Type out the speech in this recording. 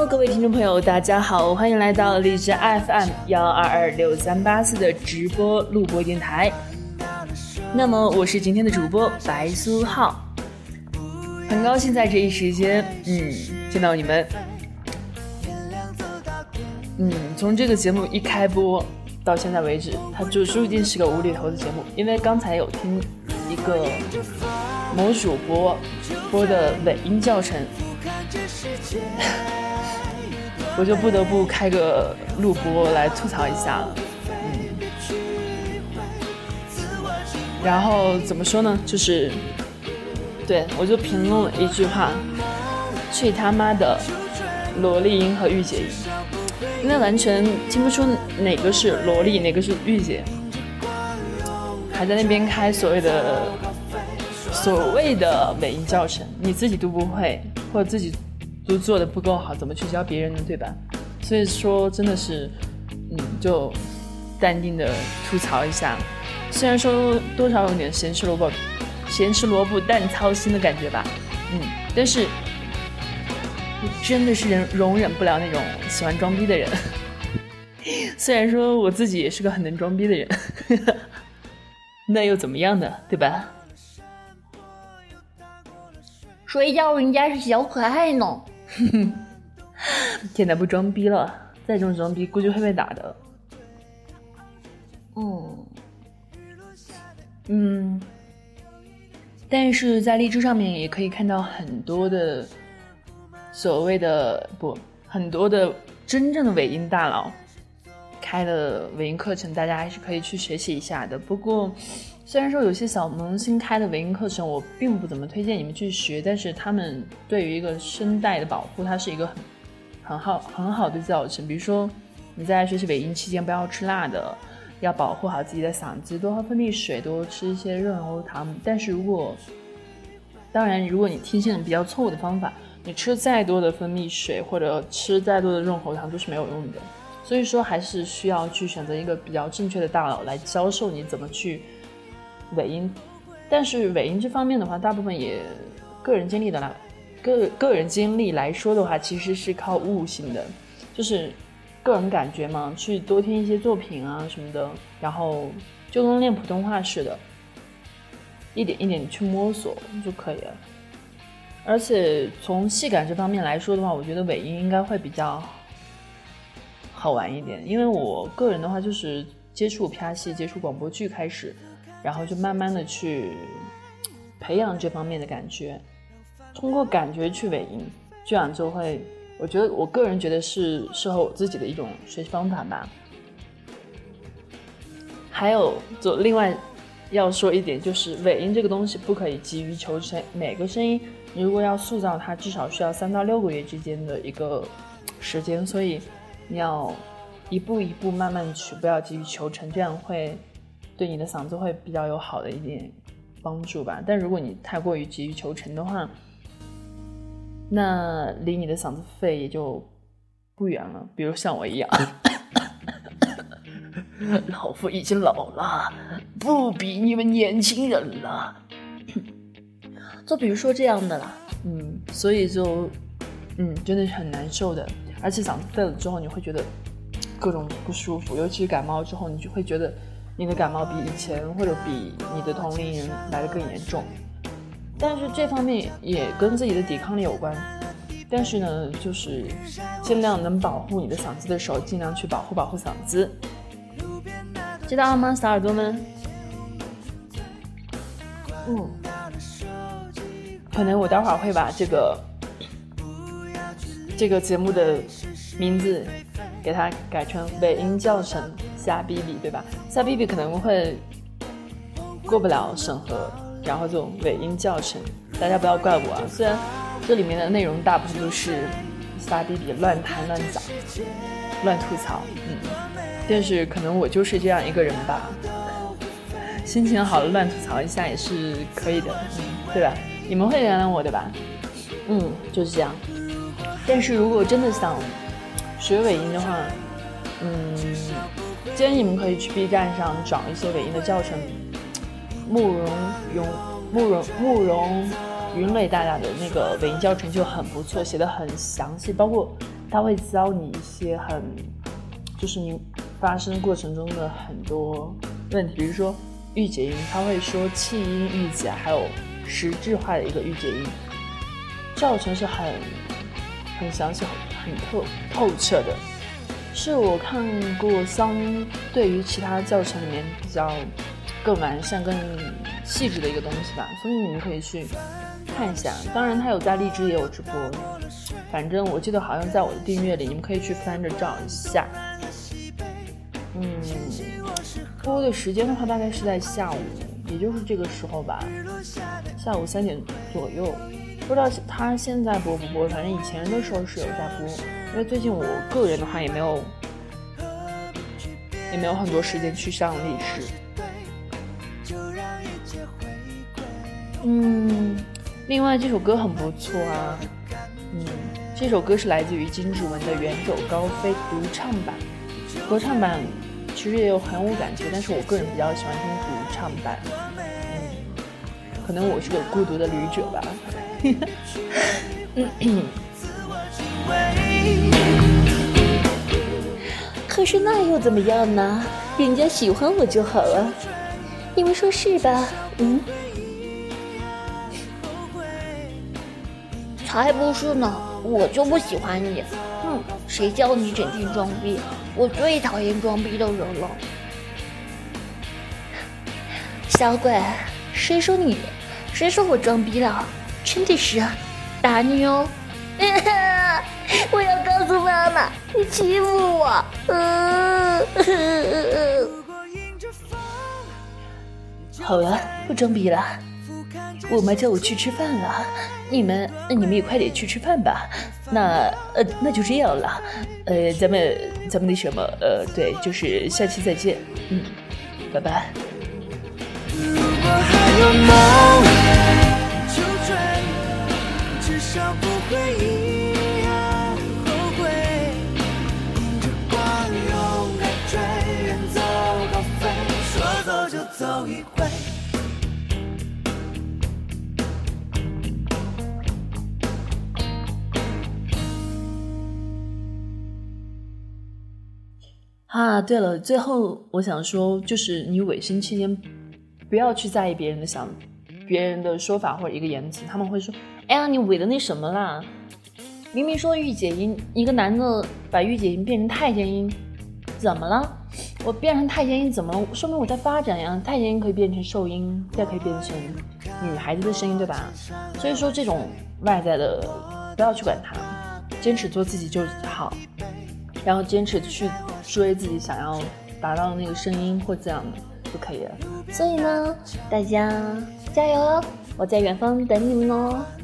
Hello， 各位听众朋友，大家好，欢迎来到荔枝 FM122638 的直播录播电台。那么我是今天的主播白苏浩，很高兴在这一时间见到你们。从这个节目一开播到现在为止，它就注定是个无厘头的节目，因为刚才有听一个某主播播的尾音教程，我就不得不开个录播来吐槽一下了。然后怎么说呢，就是对我就评论了一句话，去他妈的萝莉音和御姐音，因为完全听不出哪个是萝莉哪个是御姐，还在那边开所谓的尾音教程，你自己都不会，或者自己都做的不够好，怎么去教别人呢，对吧？所以说真的是就淡定的吐槽一下，虽然说多少有点咸吃萝卜淡操心的感觉吧，但是真的是容忍不了那种喜欢装逼的人。虽然说我自己也是个很能装逼的人，那又怎么样呢，对吧？ 谁叫人家是小可爱呢？ 现在不装逼了，再这种装逼估计会被打的。但是在荔枝上面也可以看到很多的很多的真正的尾音大佬开的尾音课程，大家还是可以去学习一下的。不过虽然说有些小萌新开的尾音课程我并不怎么推荐你们去学，但是他们对于一个声带的保护，它是一个很好的教程。比如说你在学习尾音期间不要吃辣的，要保护好自己的嗓子，多喝分泌水，多吃一些润喉糖。但是如果你听信了比较错误的方法，你吃再多的分泌水或者吃再多的润喉糖都是没有用的。所以说还是需要去选择一个比较正确的大佬来教授你怎么去尾音。但是尾音这方面的话，大部分也个人经历来说的话，其实是靠悟性的，就是个人感觉嘛，去多听一些作品啊什么的，然后就跟练普通话似的，一点一点去摸索就可以了。而且从戏感这方面来说的话，我觉得尾音应该会比较好玩一点，因为我个人的话就是接触啪戏、接触广播剧开始，然后就慢慢的去培养这方面的感觉，通过感觉去尾音，这样就会，我个人觉得是适合我自己的一种学习方法吧。还有就另外要说一点，就是尾音这个东西不可以急于求成，每个声音你如果要塑造它，至少需要3到6个月之间的一个时间，所以你要一步一步慢慢去，不要急于求成，这样会对你的嗓子会比较有好的一点帮助吧。但如果你太过于急于求成的话，那离你的嗓子肺也就不远了。比如像我一样，老夫已经老了，不比你们年轻人了。就比如说这样的啦，所以就真的是很难受的。而且嗓子废了之后，你会觉得各种不舒服，尤其是感冒之后，你就会觉得你的感冒比以前或者比你的同龄人来得更严重。但是这方面也跟自己的抵抗力有关，但是呢，就是尽量能保护你的嗓子的时候，尽量去保护嗓子，知道吗，小耳朵们？可能我待会儿会把这个节目的名字给它改成尾音教程瞎逼逼，对吧？瞎逼逼可能会过不了审核，然后就尾音教程，大家不要怪我啊。虽然这里面的内容大部分都是瞎逼逼、乱弹乱讲、乱吐槽，但是可能我就是这样一个人吧，心情好了乱吐槽一下也是可以的，对吧？你们会原谅我的吧？就是这样。但是如果真的想学尾音的话，建议你们可以去 B 站上找一些尾音的教程，慕容云磊大大的那个尾音教程就很不错，写得很详细，包括他会教你一些就是你发声过程中的很多问题，比如说御姐音，他会说气音、御姐，还有实质化的一个御姐音，教程是很详细、很透彻的，是我看过相对于其他教程里面比较更完善、更细致的一个东西吧，所以你们可以去看一下。当然，他有在荔枝也有直播，反正我记得好像在我的订阅里，你们可以去翻着找一下。播的时间的话，大概是在下午，也就是这个时候吧，下午3点左右。不知道他现在播不播，反正以前的时候是有在播，因为最近我个人的话也没有很多时间去上历史。另外这首歌很不错啊，这首歌是来自于金志文的《远走高飞》独唱版，合唱版其实也有很有感觉，但是我个人比较喜欢听独唱版。可能我是个孤独的旅者吧。 可是那又怎么样呢？人家喜欢我就好了，你们说是吧？才不是呢，我就不喜欢你。谁叫你整天装逼？我最讨厌装逼的人了。小鬼，谁说我装逼了？真的是打你哦！我要告诉妈妈，你欺负我。好了，不装逼了。我妈叫我去吃饭了，你们也快点去吃饭吧。那就这样了。咱们那什么，对，就是下期再见。拜拜。如果还有梦就追，至少不会一样后悔。迎着光勇敢追，远走高飞，说走就走一回。对了，最后我想说，就是你尾声期间不要去在意别人的说法或者一个言辞，他们会说，哎呀，你尾的那什么啦，明明说御姐音，一个男的把御姐音变成太监音，怎么了？我变成太监音怎么了？说明我在发展呀，太监音可以变成受音，再可以变成女孩子的声音，对吧？所以说这种外在的不要去管它，坚持做自己就好，然后坚持去追自己想要达到的那个声音或这样的就可以了。所以呢，大家加油哦，我在远方等你们哦。